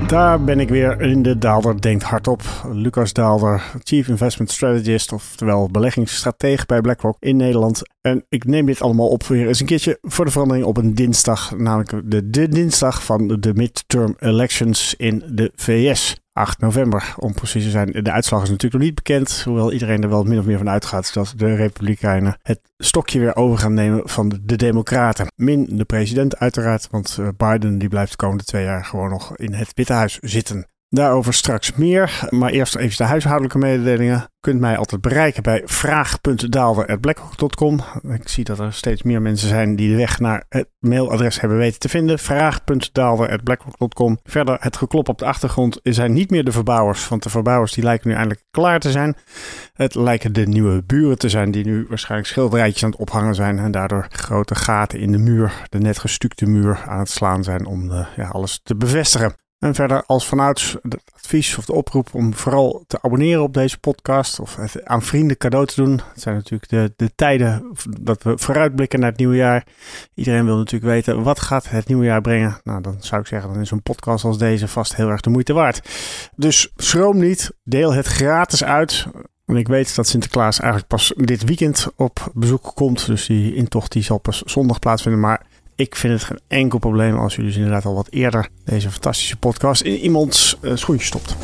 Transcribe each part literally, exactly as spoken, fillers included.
Daar ben ik weer in de Daalder Denkt Hardop. Lucas Daalder, Chief Investment Strategist, oftewel beleggingsstratege bij BlackRock in Nederland. En ik neem dit allemaal op weer eens een keertje voor de verandering op een dinsdag. Namelijk de, de dinsdag van de midterm elections in de V S. acht november, om precies te zijn. De uitslag is natuurlijk nog niet bekend, hoewel iedereen er wel min of meer van uitgaat dat de Republikeinen het stokje weer over gaan nemen van de Democraten. Min de president uiteraard, want Biden die blijft de komende twee jaar gewoon nog in het Witte Huis zitten. Daarover straks meer, maar eerst even de huishoudelijke mededelingen. Je kunt mij altijd bereiken bij vraag punt daalder apenstaartje blackhawk punt com. Ik zie dat er steeds meer mensen zijn die de weg naar het mailadres hebben weten te vinden. vraag punt daalder apenstaartje blackhawk punt com. Verder, het geklop op de achtergrond zijn niet meer de verbouwers, want de verbouwers die lijken nu eindelijk klaar te zijn. Het lijken de nieuwe buren te zijn die nu waarschijnlijk schilderijtjes aan het ophangen zijn en daardoor grote gaten in de muur, de net gestukte muur, aan het slaan zijn om de, ja, alles te bevestigen. En verder als vanouds het advies of de oproep om vooral te abonneren op deze podcast of het aan vrienden cadeau te doen. Het zijn natuurlijk de, de tijden dat we vooruitblikken naar het nieuwe jaar. Iedereen wil natuurlijk weten wat gaat het nieuwe jaar brengen. Nou, dan zou ik zeggen, dan is een podcast als deze vast heel erg de moeite waard. Dus schroom niet, deel het gratis uit. En ik weet dat Sinterklaas eigenlijk pas dit weekend op bezoek komt. Dus die intocht die zal pas zondag plaatsvinden, maar ik vind het geen enkel probleem als u dus inderdaad al wat eerder deze fantastische podcast in iemands uh, schoentje stopt.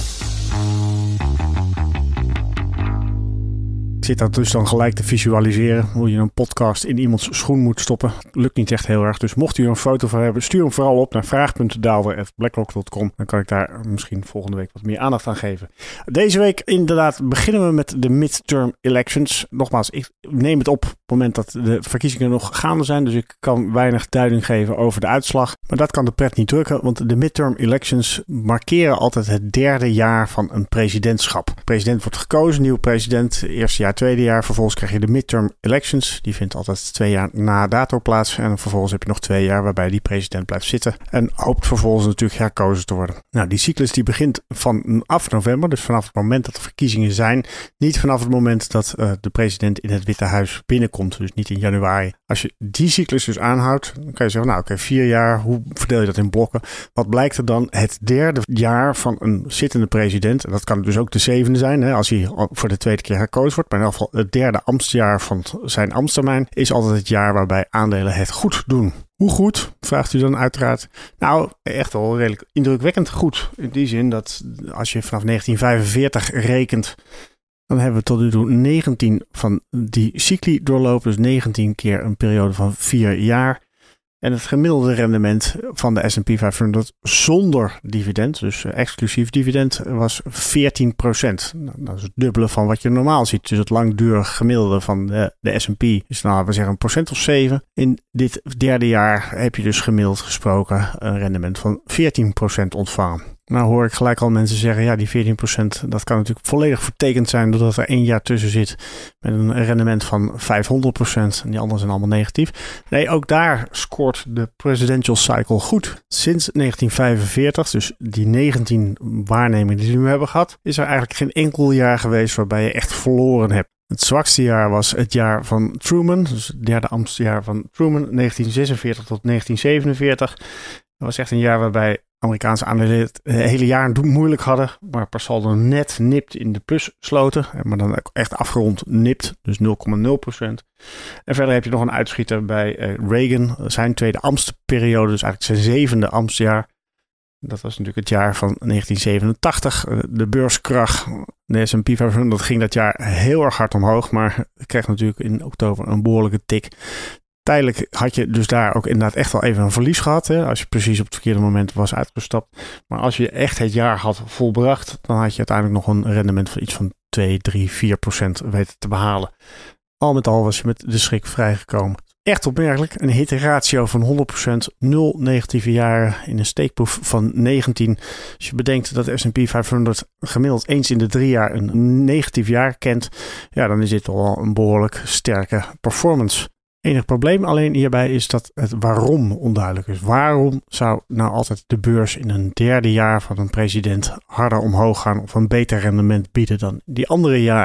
Ik zit dat dus dan gelijk te visualiseren hoe je een podcast in iemands schoen moet stoppen. Lukt niet echt heel erg, dus mocht u er een foto van hebben, stuur hem vooral op naar vraag punt daalder apenstaartje blackhawk punt com. Dan kan ik daar misschien volgende week wat meer aandacht aan geven. Deze week inderdaad beginnen we met de midterm elections. Nogmaals, ik neem het op op het moment dat de verkiezingen nog gaande zijn, dus ik kan weinig duiding geven over de uitslag. Maar dat kan de pret niet drukken, want de midterm elections markeren altijd het derde jaar van een presidentschap. De president wordt gekozen, nieuwe president, eerste jaar, tweede jaar. Vervolgens krijg je de midterm elections. Die vindt altijd twee jaar na dato plaats. En vervolgens heb je nog twee jaar waarbij die president blijft zitten. En hoopt vervolgens natuurlijk herkozen te worden. Nou, die cyclus die begint vanaf november. Dus vanaf het moment dat er verkiezingen zijn. Niet vanaf het moment dat uh, de president in het Witte Huis binnenkomt. Dus niet in januari. Als je die cyclus dus aanhoudt, dan kan je zeggen, nou oké, okay, vier jaar. Hoe verdeel je dat in blokken? Wat blijkt er dan? Het derde jaar van een zittende president. En dat kan dus ook de zevende zijn. Hè, als hij voor de tweede keer herkozen wordt. Maar in ieder geval het derde ambtsjaar van zijn ambtstermijn is altijd het jaar waarbij aandelen het goed doen. Hoe goed? Vraagt u dan uiteraard. Nou, echt wel redelijk indrukwekkend goed. In die zin dat als je vanaf negentien vijfenveertig rekent, dan hebben we tot nu toe negentien van die cycli doorlopen. Dus negentien keer een periode van vier jaar. En het gemiddelde rendement van de S en P vijfhonderd zonder dividend, dus exclusief dividend, was veertien procent. Nou, dat is het dubbele van wat je normaal ziet. Dus het langdurig gemiddelde van de, de S en P is, nou, we zeggen een procent of zeven. In dit derde jaar heb je dus gemiddeld gesproken een rendement van veertien procent ontvangen. Nou hoor ik gelijk al mensen zeggen, ja, die veertien procent, dat kan natuurlijk volledig vertekend zijn doordat er één jaar tussen zit met een rendement van vijfhonderd procent en die anderen zijn allemaal negatief. Nee, ook daar scoort de presidential cycle goed. Sinds negentien vijfenveertig, dus die negentien waarnemingen die we nu hebben gehad, is er eigenlijk geen enkel jaar geweest waarbij je echt verloren hebt. Het zwakste jaar was het jaar van Truman, dus het derde ambtsjaar van Truman, negentien zesenveertig tot negentien zevenenveertig. Dat was echt een jaar waarbij Amerikaanse aandelen het hele jaar moeilijk hadden, maar per saldo net nipt in de plus sloten. Maar dan echt afgerond nipt, dus nul komma nul procent. En verder heb je nog een uitschieter bij Reagan, zijn tweede ambtsperiode, dus eigenlijk zijn zevende ambtsjaar. Dat was natuurlijk het jaar van negentien zevenentachtig, de beurskrach. De S en P vijfhonderd ging dat jaar heel erg hard omhoog, maar kreeg natuurlijk in oktober een behoorlijke tik. Tijdelijk had je dus daar ook inderdaad echt wel even een verlies gehad. Hè, als je precies op het verkeerde moment was uitgestapt. Maar als je echt het jaar had volbracht, dan had je uiteindelijk nog een rendement van iets van twee, drie, vier procent weten te behalen. Al met al was je met de schrik vrijgekomen. Echt opmerkelijk, een hitratio van honderd procent, nul negatieve jaren in een steekproef van negentien. Als je bedenkt dat de S en P vijfhonderd gemiddeld eens in de drie jaar een negatief jaar kent, ja, dan is dit al een behoorlijk sterke performance. Enig probleem alleen hierbij is dat het waarom onduidelijk is. Waarom zou nou altijd de beurs in een derde jaar van een president harder omhoog gaan of een beter rendement bieden dan die andere jaren?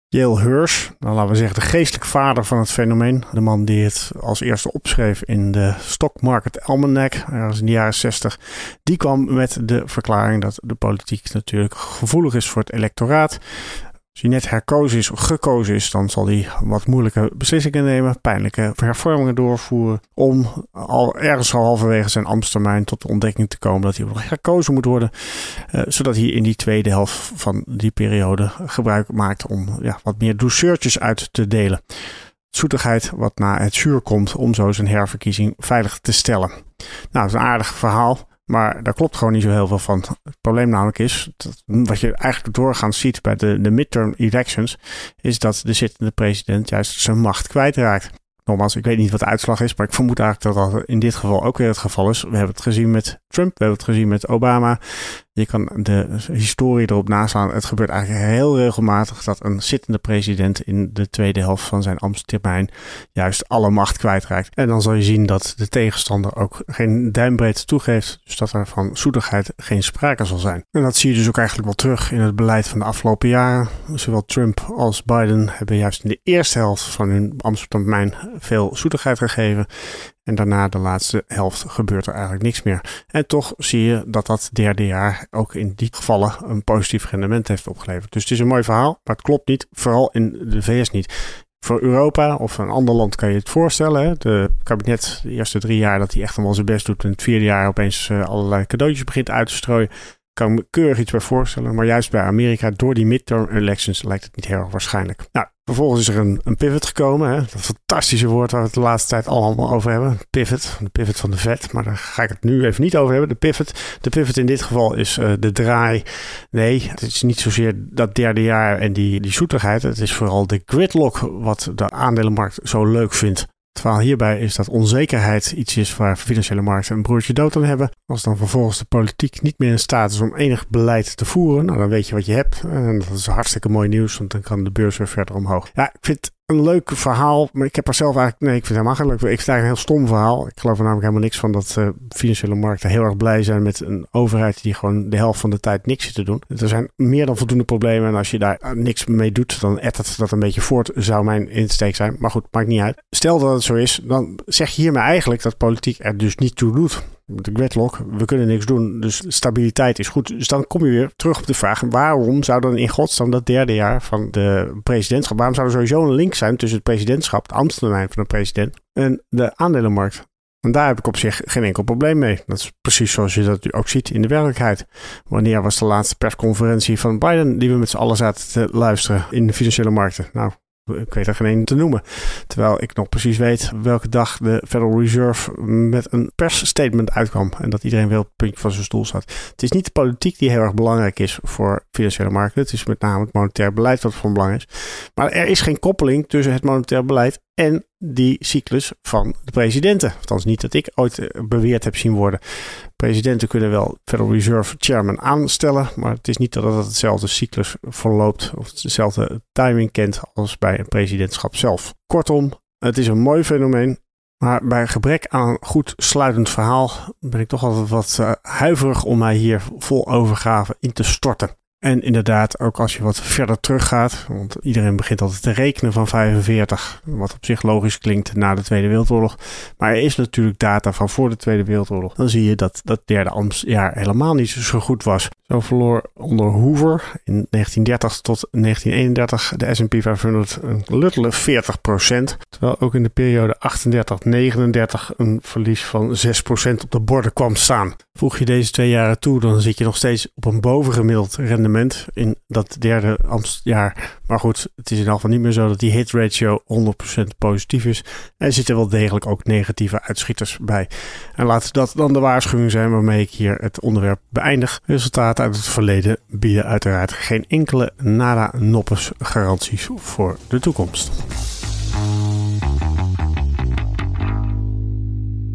Yale Hirsch, nou, laten we zeggen de geestelijke vader van het fenomeen. De man die het als eerste opschreef in de Stock Market Almanac, ergens in de jaren zestig. Die kwam met de verklaring dat de politiek natuurlijk gevoelig is voor het electoraat. Als hij net herkozen is of gekozen is, dan zal hij wat moeilijke beslissingen nemen, pijnlijke hervormingen doorvoeren, om al ergens al halverwege zijn ambtstermijn tot de ontdekking te komen dat hij ook nog herkozen moet worden, uh, zodat hij in die tweede helft van die periode gebruik maakt om ja, wat meer douceurtjes uit te delen. Zoetigheid wat na het zuur komt om zo zijn herverkiezing veilig te stellen. Nou, dat is een aardig verhaal. Maar daar klopt gewoon niet zo heel veel van. Het probleem namelijk is, dat wat je eigenlijk doorgaans ziet bij de, de midterm elections, is dat de zittende president juist zijn macht kwijtraakt. Nogmaals, ik weet niet wat de uitslag is, maar ik vermoed eigenlijk dat dat in dit geval ook weer het geval is. We hebben het gezien met Trump, we hebben het gezien met Obama. Je kan de historie erop naslaan. Het gebeurt eigenlijk heel regelmatig dat een zittende president in de tweede helft van zijn ambtstermijn juist alle macht kwijtraakt. En dan zal je zien dat de tegenstander ook geen duimbreedte toegeeft. Dus dat er van zoetigheid geen sprake zal zijn. En dat zie je dus ook eigenlijk wel terug in het beleid van de afgelopen jaren. Zowel Trump als Biden hebben juist in de eerste helft van hun ambtstermijn veel zoetigheid gegeven. En daarna de laatste helft gebeurt er eigenlijk niks meer. En toch zie je dat dat derde jaar ook in die gevallen een positief rendement heeft opgeleverd. Dus het is een mooi verhaal, maar het klopt niet. Vooral in de V S niet. Voor Europa of een ander land kan je het voorstellen. Hè? De kabinet de eerste drie jaar dat hij echt wel zijn best doet. En het vierde jaar opeens uh, allerlei cadeautjes begint uit te strooien. Kan me keurig iets bij voorstellen. Maar juist bij Amerika door die midterm elections lijkt het niet heel erg waarschijnlijk. Nou, vervolgens is er een, een pivot gekomen. Hè? Dat fantastische woord waar we het de laatste tijd allemaal over hebben. Pivot, de pivot van de Fed. Maar daar ga ik het nu even niet over hebben. De pivot, de pivot in dit geval is uh, de draai. Nee, het is niet zozeer dat derde jaar en die, die zoetigheid. Het is vooral de gridlock wat de aandelenmarkt zo leuk vindt. Het verhaal hierbij is dat onzekerheid iets is waar financiële markten een broertje dood aan hebben. Als dan vervolgens de politiek niet meer in staat is om enig beleid te voeren, nou dan weet je wat je hebt. En dat is hartstikke mooi nieuws, want dan kan de beurs weer verder omhoog. Ja, ik vind het een leuk verhaal, maar ik heb er zelf eigenlijk, nee, ik vind het helemaal geen leuk. Ik vind het eigenlijk een heel stom verhaal. Ik geloof er namelijk helemaal niks van dat uh, financiële markten heel erg blij zijn met een overheid die gewoon de helft van de tijd niks zit te doen. Er zijn meer dan voldoende problemen en als je daar niks mee doet, dan ettert dat een beetje voort, zou mijn insteek zijn. Maar goed, maakt niet uit. Stel dat het zo is, dan zeg je hiermee eigenlijk dat politiek er dus niet toe doet. De gridlock, we kunnen niks doen, dus stabiliteit is goed. Dus dan kom je weer terug op de vraag, waarom zou dan in godsnaam dat derde jaar van de presidentschap, waarom zou er sowieso een link zijn tussen het presidentschap, het ambtstermijn van de president en de aandelenmarkt? En daar heb ik op zich geen enkel probleem mee. Dat is precies zoals je dat ook ziet in de werkelijkheid. Wanneer was de laatste persconferentie van Biden die we met z'n allen zaten te luisteren in de financiële markten? Nou, ik weet er geen één te noemen. Terwijl ik nog precies weet welke dag de Federal Reserve met een persstatement uitkwam. En dat iedereen weer op het puntje van zijn stoel zat. Het is niet de politiek die heel erg belangrijk is voor financiële markten. Het is met name het monetair beleid wat van belang is. Maar er is geen koppeling tussen het monetair beleid en die cyclus van de presidenten. Althans niet dat ik ooit beweerd heb zien worden. Presidenten kunnen wel Federal Reserve Chairman aanstellen, maar het is niet dat het hetzelfde cyclus verloopt of hetzelfde timing kent als bij een presidentschap zelf. Kortom, het is een mooi fenomeen, maar bij gebrek aan een goed sluitend verhaal ben ik toch altijd wat uh, huiverig om mij hier vol overgave in te storten. En inderdaad, ook als je wat verder teruggaat, want iedereen begint altijd te rekenen van vijfenveertig, wat op zich logisch klinkt na de Tweede Wereldoorlog. Maar er is natuurlijk data van voor de Tweede Wereldoorlog. Dan zie je dat dat derde ambtsjaar helemaal niet zo goed was. Zo verloor onder Hoover in negentien dertig tot negentien eenendertig de S en P vijfhonderd een luttele veertig procent. Terwijl ook in de periode achtendertig tot negenendertig een verlies van zes procent op de borden kwam staan. Voeg je deze twee jaren toe, dan zit je nog steeds op een bovengemiddeld rendement in dat derde ambtsjaar. Maar goed, het is in elk geval niet meer zo dat die hit ratio honderd procent positief is. Er zitten wel degelijk ook negatieve uitschieters bij. En laat dat dan de waarschuwing zijn waarmee ik hier het onderwerp beëindig. Resultaten uit het verleden bieden uiteraard geen enkele nada noppes garanties voor de toekomst.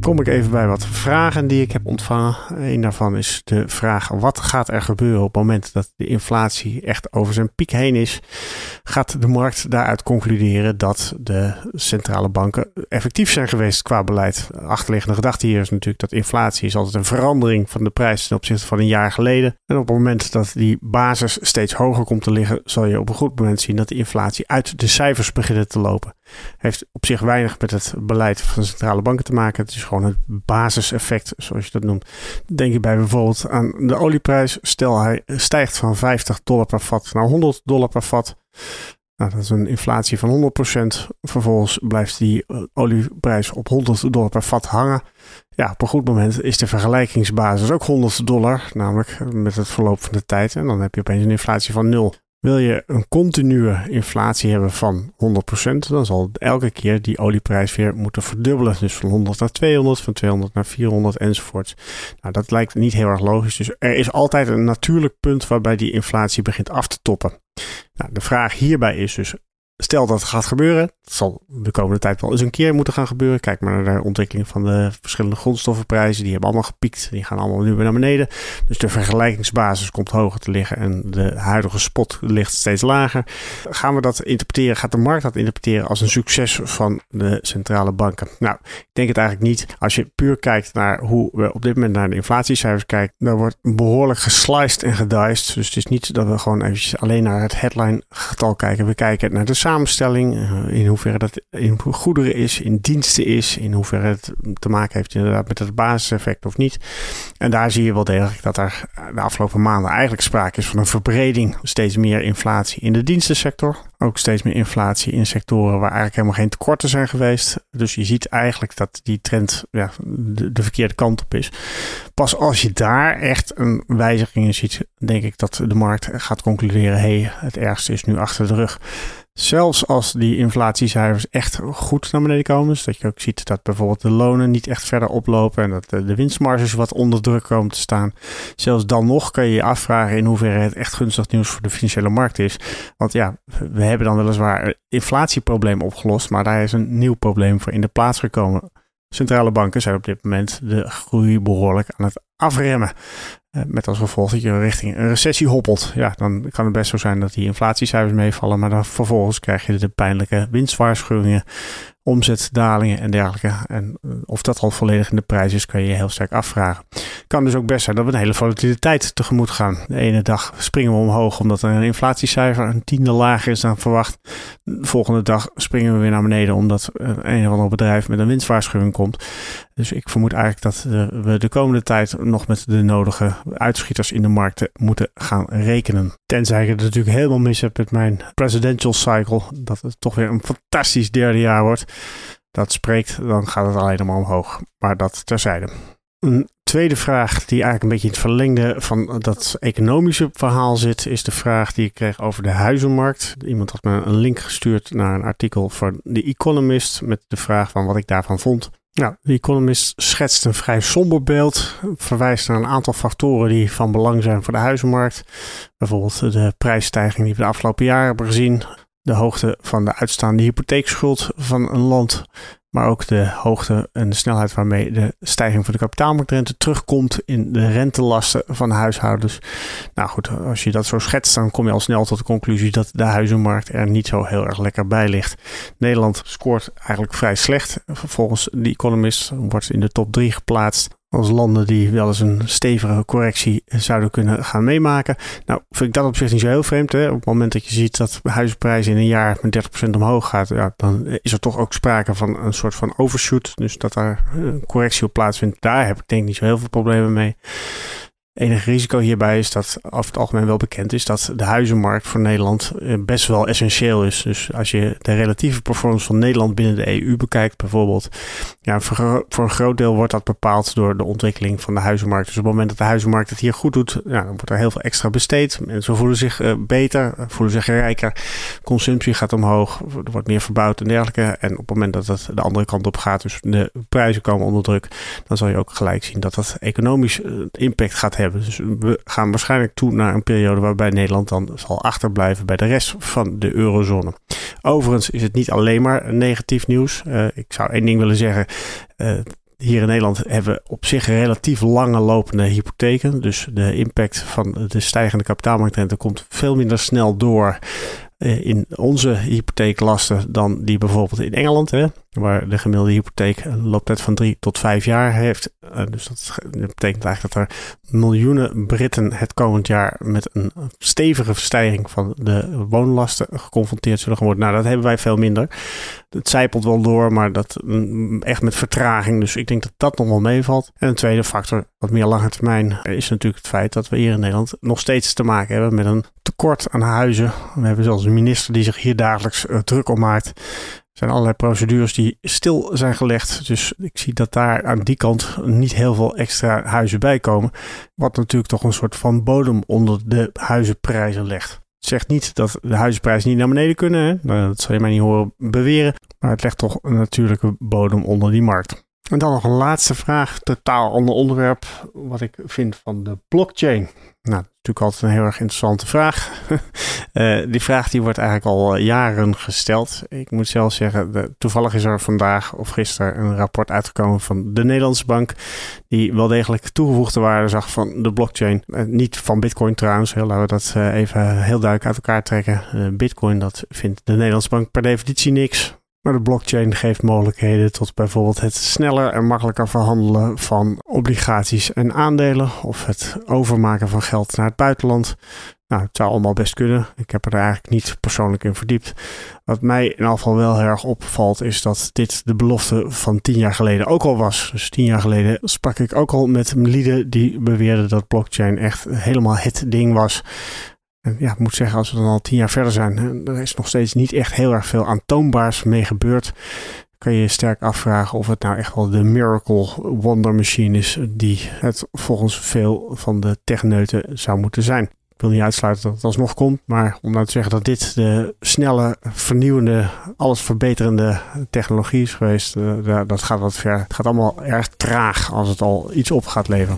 kom ik even bij wat vragen die ik heb ontvangen. Een daarvan is de vraag: wat gaat er gebeuren op het moment dat de inflatie echt over zijn piek heen is? Gaat de markt daaruit concluderen dat de centrale banken effectief zijn geweest qua beleid? De achterliggende gedachte hier is natuurlijk dat inflatie is altijd een verandering van de prijs ten opzichte van een jaar geleden. En op het moment dat die basis steeds hoger komt te liggen, zal je op een goed moment zien dat de inflatie uit de cijfers begint te lopen. Heeft op zich weinig met het beleid van de centrale banken te maken. Het is gewoon het basiseffect, zoals je dat noemt. Denk je bij bijvoorbeeld aan de olieprijs. Stel hij stijgt van vijftig dollar per vat naar honderd dollar per vat. Nou, dat is een inflatie van honderd procent. Vervolgens blijft die olieprijs op honderd dollar per vat hangen. Ja, op een goed moment is de vergelijkingsbasis ook honderd dollar. Namelijk met het verloop van de tijd. En dan heb je opeens een inflatie van nul. Wil je een continue inflatie hebben van honderd procent, dan zal elke keer die olieprijs weer moeten verdubbelen. Dus van honderd naar tweehonderd, van tweehonderd naar vierhonderd enzovoort. Nou, dat lijkt niet heel erg logisch. Dus er is altijd een natuurlijk punt waarbij die inflatie begint af te toppen. Nou, de vraag hierbij is dus, stel dat het gaat gebeuren, dat zal de komende tijd wel eens een keer moeten gaan gebeuren. Kijk maar naar de ontwikkeling van de verschillende grondstoffenprijzen. Die hebben allemaal gepiekt. Die gaan allemaal nu weer naar beneden. Dus de vergelijkingsbasis komt hoger te liggen en de huidige spot ligt steeds lager. Gaan we dat interpreteren? Gaat de markt dat interpreteren als een succes van de centrale banken? Nou, ik denk het eigenlijk niet. Als je puur kijkt naar hoe we op dit moment naar de inflatiecijfers kijken, dan wordt behoorlijk gesliced en gediced. Dus het is niet dat we gewoon eventjes alleen naar het headline getal kijken. We kijken naar de samenstelling, in hoeverre dat in goederen is, in diensten is, in hoeverre het te maken heeft inderdaad met het basiseffect of niet. En daar zie je wel degelijk dat er de afgelopen maanden eigenlijk sprake is van een verbreding. Steeds meer inflatie in de dienstensector. Ook steeds meer inflatie in sectoren waar eigenlijk helemaal geen tekorten zijn geweest. Dus je ziet eigenlijk dat die trend ja, de, de verkeerde kant op is. Pas als je daar echt een wijziging in ziet, denk ik dat de markt gaat concluderen, hé, hey, het ergste is nu achter de rug. Zelfs als die inflatiecijfers echt goed naar beneden komen, dus dat je ook ziet dat bijvoorbeeld de lonen niet echt verder oplopen en dat de winstmarges wat onder druk komen te staan. Zelfs dan nog kan je je afvragen in hoeverre het echt gunstig nieuws voor de financiële markt is. Want ja, we hebben dan weliswaar een inflatieprobleem opgelost, maar daar is een nieuw probleem voor in de plaats gekomen. Centrale banken zijn op dit moment de groei behoorlijk aan het afremmen. Met als gevolg dat je richting een recessie hoppelt. Ja, dan kan het best zo zijn dat die inflatiecijfers meevallen. Maar dan vervolgens krijg je de pijnlijke winstwaarschuwingen, omzetdalingen en dergelijke. En of dat al volledig in de prijs is, kan je je heel sterk afvragen. Het kan dus ook best zijn dat we een hele volatiliteit tegemoet gaan. De ene dag springen we omhoog omdat er een inflatiecijfer een tiende lager is dan verwacht. De volgende dag springen we weer naar beneden omdat een of ander bedrijf met een winstwaarschuwing komt. Dus ik vermoed eigenlijk dat we de komende tijd nog met de nodige uitschieters in de markten moeten gaan rekenen. Tenzij ik het natuurlijk helemaal mis heb met mijn presidential cycle. Dat het toch weer een fantastisch derde jaar wordt. Dat spreekt, dan gaat het alleen maar omhoog. Maar dat terzijde. Een tweede vraag die eigenlijk een beetje in het verlengde van dat economische verhaal zit, is de vraag die ik kreeg over de huizenmarkt. Iemand had me een link gestuurd naar een artikel van The Economist met de vraag van wat ik daarvan vond. Nou, The Economist schetst een vrij somber beeld, verwijst naar een aantal factoren die van belang zijn voor de huizenmarkt. Bijvoorbeeld de prijsstijging die we de afgelopen jaren hebben gezien, de hoogte van de uitstaande hypotheekschuld van een land, maar ook de hoogte en de snelheid waarmee de stijging van de kapitaalmarktrente terugkomt in de rentelasten van huishoudens. Nou goed, als je dat zo schetst, dan kom je al snel tot de conclusie dat de huizenmarkt er niet zo heel erg lekker bij ligt. Nederland scoort eigenlijk vrij slecht. Volgens The Economist wordt in de top drie geplaatst als landen die wel eens een stevige correctie zouden kunnen gaan meemaken. Nou, vind ik dat op zich niet zo heel vreemd. Hè? Op het moment dat je ziet dat huizenprijzen in een jaar met dertig procent omhoog gaat, ja, dan is er toch ook sprake van een soort van overshoot. Dus dat daar een correctie op plaatsvindt. Daar heb ik denk ik niet zo heel veel problemen mee. Het enige risico hierbij is dat over het algemeen wel bekend is dat de huizenmarkt voor Nederland best wel essentieel is. Dus als je de relatieve performance van Nederland binnen de E U bekijkt bijvoorbeeld, ja, voor, voor een groot deel wordt dat bepaald door de ontwikkeling van de huizenmarkt. Dus op het moment dat de huizenmarkt het hier goed doet, ja, dan wordt er heel veel extra besteed. Mensen voelen zich uh, beter, voelen zich rijker. Consumptie gaat omhoog, er wordt meer verbouwd en dergelijke. En op het moment dat het de andere kant op gaat, dus de prijzen komen onder druk, dan zal je ook gelijk zien dat dat economisch uh, impact gaat hebben. Dus we gaan waarschijnlijk toe naar een periode waarbij Nederland dan zal achterblijven bij de rest van de eurozone. Overigens is het niet alleen maar negatief nieuws. Uh, ik zou één ding willen zeggen. Uh, hier in Nederland hebben we op zich relatief lange lopende hypotheken. Dus de impact van de stijgende kapitaalmarktrente komt veel minder snel door in onze hypotheeklasten dan die bijvoorbeeld in Engeland, hè, waar de gemiddelde hypotheek een looptijd van drie tot vijf jaar heeft. Uh, dus dat betekent eigenlijk dat er miljoenen Britten het komend jaar met een stevige verstijging van de woonlasten geconfronteerd zullen gaan worden. Nou, dat hebben wij veel minder. Het zijpelt wel door, maar dat echt met vertraging. Dus ik denk dat dat nog wel meevalt. En een tweede factor, wat meer lange termijn, is natuurlijk het feit dat we hier in Nederland nog steeds te maken hebben met een tekort aan huizen. We hebben zelfs een minister die zich hier dagelijks uh, druk om maakt. Er zijn allerlei procedures die stil zijn gelegd. Dus ik zie dat daar aan die kant niet heel veel extra huizen bij komen. Wat natuurlijk toch een soort van bodem onder de huizenprijzen legt. Het zegt niet dat de huizenprijzen niet naar beneden kunnen. Hè? Nou, dat zal je mij niet horen beweren. Maar het legt toch een natuurlijke bodem onder die markt. En dan nog een laatste vraag. Totaal ander onderwerp. Wat ik vind van de blockchain. Nou, dat is natuurlijk altijd een heel erg interessante vraag. uh, die vraag die wordt eigenlijk al jaren gesteld. Ik moet zelf zeggen, de, toevallig is er vandaag of gisteren een rapport uitgekomen van de Nederlandse Bank. Die wel degelijk toegevoegde waarde zag van de blockchain. Uh, niet van Bitcoin trouwens. Heel, laten we dat uh, even heel duidelijk uit elkaar trekken. Uh, Bitcoin, dat vindt de Nederlandse Bank per definitie niks. Maar de blockchain geeft mogelijkheden tot bijvoorbeeld het sneller en makkelijker verhandelen van obligaties en aandelen. Of het overmaken van geld naar het buitenland. Nou, het zou allemaal best kunnen. Ik heb er eigenlijk niet persoonlijk in verdiept. Wat mij in ieder geval wel heel erg opvalt is dat dit de belofte van tien jaar geleden ook al was. Dus tien jaar geleden sprak ik ook al met lieden die beweerden dat blockchain echt helemaal het ding was. En ja, ik moet zeggen, als we dan al tien jaar verder zijn, er is nog steeds niet echt heel erg veel aantoonbaars mee gebeurd. Kan je je sterk afvragen of het nou echt wel de miracle wonder machine is die het volgens veel van de techneuten zou moeten zijn. Ik wil niet uitsluiten dat het alsnog komt, maar om nou te zeggen dat dit de snelle, vernieuwende, alles verbeterende technologie is geweest, dat gaat wat ver. Het gaat allemaal erg traag als het al iets op gaat leveren.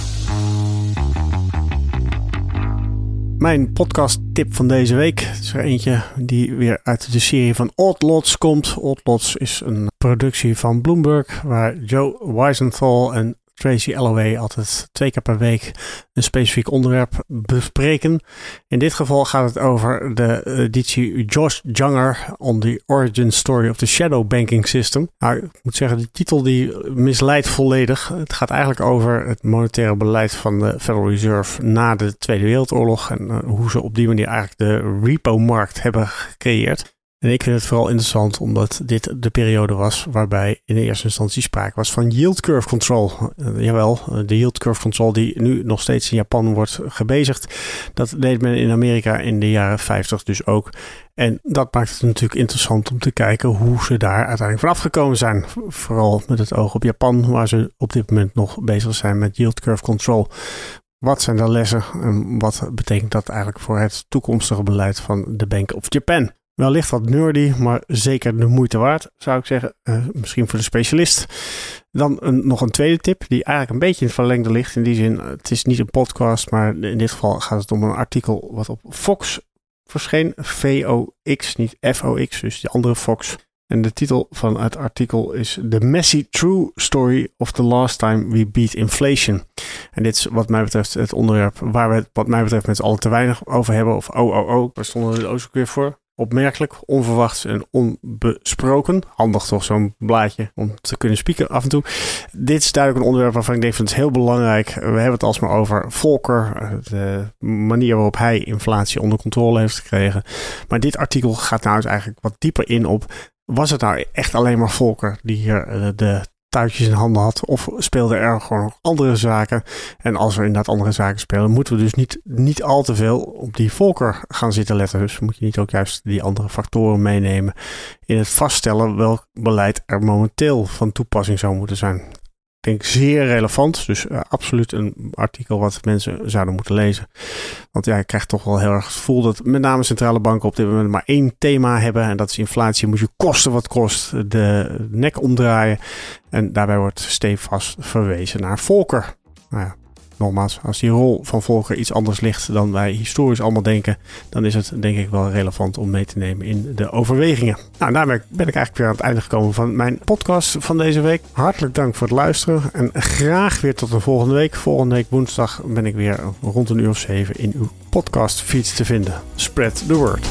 Mijn podcast tip van deze week is er eentje die weer uit de serie van Odd Lots komt. Odd Lots is een productie van Bloomberg waar Joe Weisenthal en Tracy Alloway altijd twee keer per week een specifiek onderwerp bespreken. In dit geval gaat het over de editie Josh Younger on the origin story of the shadow banking system. Nou, ik moet zeggen, de titel die misleidt volledig. Het gaat eigenlijk over het monetaire beleid van de Federal Reserve na de Tweede Wereldoorlog en uh, hoe ze op die manier eigenlijk de repo-markt hebben gecreëerd. En ik vind het vooral interessant omdat dit de periode was waarbij in de eerste instantie sprake was van yield curve control. Uh, jawel, de yield curve control die nu nog steeds in Japan wordt gebezigd. Dat deed men in Amerika in de jaren vijftig dus ook. En dat maakt het natuurlijk interessant om te kijken hoe ze daar uiteindelijk vanaf gekomen zijn. Vooral met het oog op Japan, waar ze op dit moment nog bezig zijn met yield curve control. Wat zijn de lessen en wat betekent dat eigenlijk voor het toekomstige beleid van de Bank of Japan? Wellicht wat nerdy, maar zeker de moeite waard, zou ik zeggen. Uh, misschien voor de specialist. Dan een, nog een tweede tip, die eigenlijk een beetje in het verlengde ligt. In die zin, het is niet een podcast, maar in dit geval gaat het om een artikel wat op Fox verscheen. V O X, niet F O X, dus de andere Fox. En de titel van het artikel is The Messy True Story of the Last Time We Beat Inflation. En dit is wat mij betreft het onderwerp waar we het wat mij betreft met z'n allen te weinig over hebben. Of oh oh oh, waar stonden we er ook weer voor? Opmerkelijk, onverwachts en onbesproken. Handig toch zo'n blaadje om te kunnen spieken af en toe. Dit is duidelijk een onderwerp waarvan ik denk van het is heel belangrijk. We hebben het alsmaar over Volcker. De manier waarop hij inflatie onder controle heeft gekregen. Maar dit artikel gaat nou eens eigenlijk wat dieper in op. Was het nou echt alleen maar Volcker die hier de touwtjes in handen had? Of speelden er gewoon nog andere zaken? En als er inderdaad andere zaken spelen, moeten we dus niet, niet al te veel op die Volcker gaan zitten letten. Dus moet je niet ook juist die andere factoren meenemen in het vaststellen welk beleid er momenteel van toepassing zou moeten zijn. Ik denk zeer relevant, dus uh, absoluut een artikel wat mensen zouden moeten lezen. Want ja, je krijgt toch wel heel erg het gevoel dat met name centrale banken op dit moment maar één thema hebben. En dat is inflatie. Moet je kosten wat kost de nek omdraaien. En daarbij wordt stevast verwezen naar Volcker. Nou ja, nogmaals, als die rol van Volker iets anders ligt dan wij historisch allemaal denken, dan is het denk ik wel relevant om mee te nemen in de overwegingen. Nou, daarmee ben ik eigenlijk weer aan het einde gekomen van mijn podcast van deze week. Hartelijk dank voor het luisteren en graag weer tot de volgende week. Volgende week woensdag ben ik weer rond een uur of zeven in uw podcastfeeds te vinden. Spread the word.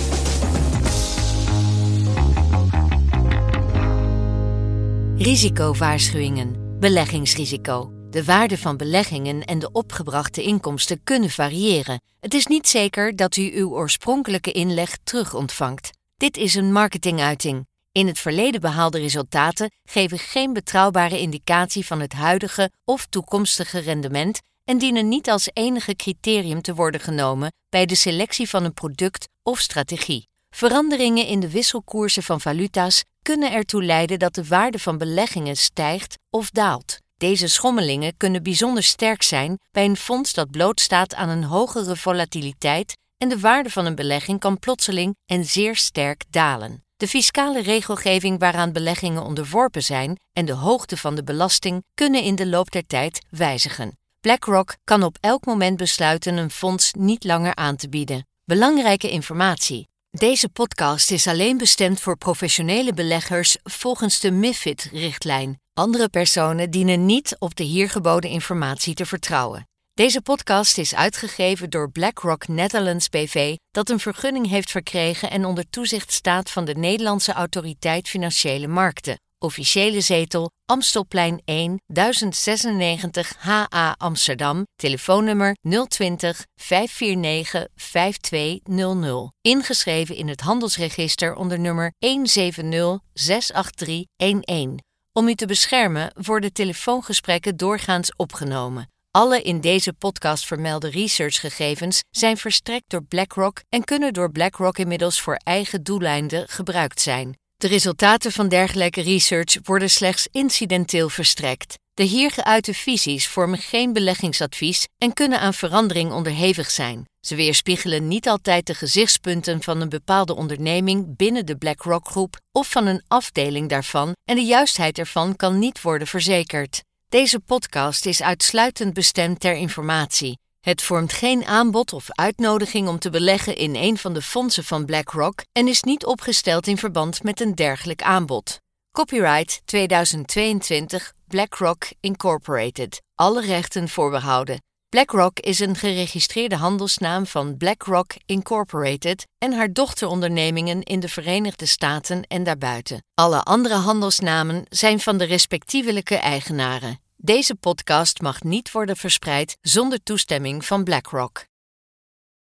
Risicowaarschuwingen. Beleggingsrisico. De waarde van beleggingen en de opgebrachte inkomsten kunnen variëren. Het is niet zeker dat u uw oorspronkelijke inleg terug ontvangt. Dit is een marketinguiting. In het verleden behaalde resultaten geven geen betrouwbare indicatie van het huidige of toekomstige rendement en dienen niet als enige criterium te worden genomen bij de selectie van een product of strategie. Veranderingen in de wisselkoersen van valuta's kunnen ertoe leiden dat de waarde van beleggingen stijgt of daalt. Deze schommelingen kunnen bijzonder sterk zijn bij een fonds dat blootstaat aan een hogere volatiliteit en de waarde van een belegging kan plotseling en zeer sterk dalen. De fiscale regelgeving waaraan beleggingen onderworpen zijn en de hoogte van de belasting kunnen in de loop der tijd wijzigen. BlackRock kan op elk moment besluiten een fonds niet langer aan te bieden. Belangrijke informatie. Deze podcast is alleen bestemd voor professionele beleggers volgens de MiFID-richtlijn. Andere personen dienen niet op de hier geboden informatie te vertrouwen. Deze podcast is uitgegeven door BlackRock Netherlands B V, dat een vergunning heeft verkregen en onder toezicht staat van de Nederlandse Autoriteit Financiële Markten. Officiële zetel Amstelplein één, duizend zesennegentig H A Amsterdam, telefoonnummer nul twintig, vijf vier negen, vijf twee nul nul. Ingeschreven in het handelsregister onder nummer een zeven nul zes acht drie een een. Om u te beschermen worden telefoongesprekken doorgaans opgenomen. Alle in deze podcast vermelde researchgegevens zijn verstrekt door BlackRock en kunnen door BlackRock inmiddels voor eigen doeleinden gebruikt zijn. De resultaten van dergelijke research worden slechts incidenteel verstrekt. De hier geuite visies vormen geen beleggingsadvies en kunnen aan verandering onderhevig zijn. Ze weerspiegelen niet altijd de gezichtspunten van een bepaalde onderneming binnen de BlackRock-groep of van een afdeling daarvan en de juistheid ervan kan niet worden verzekerd. Deze podcast is uitsluitend bestemd ter informatie. Het vormt geen aanbod of uitnodiging om te beleggen in een van de fondsen van BlackRock en is niet opgesteld in verband met een dergelijk aanbod. Copyright tweeduizend tweeëntwintig BlackRock Incorporated. Alle rechten voorbehouden. BlackRock is een geregistreerde handelsnaam van BlackRock Incorporated en haar dochterondernemingen in de Verenigde Staten en daarbuiten. Alle andere handelsnamen zijn van de respectievelijke eigenaren. Deze podcast mag niet worden verspreid zonder toestemming van BlackRock.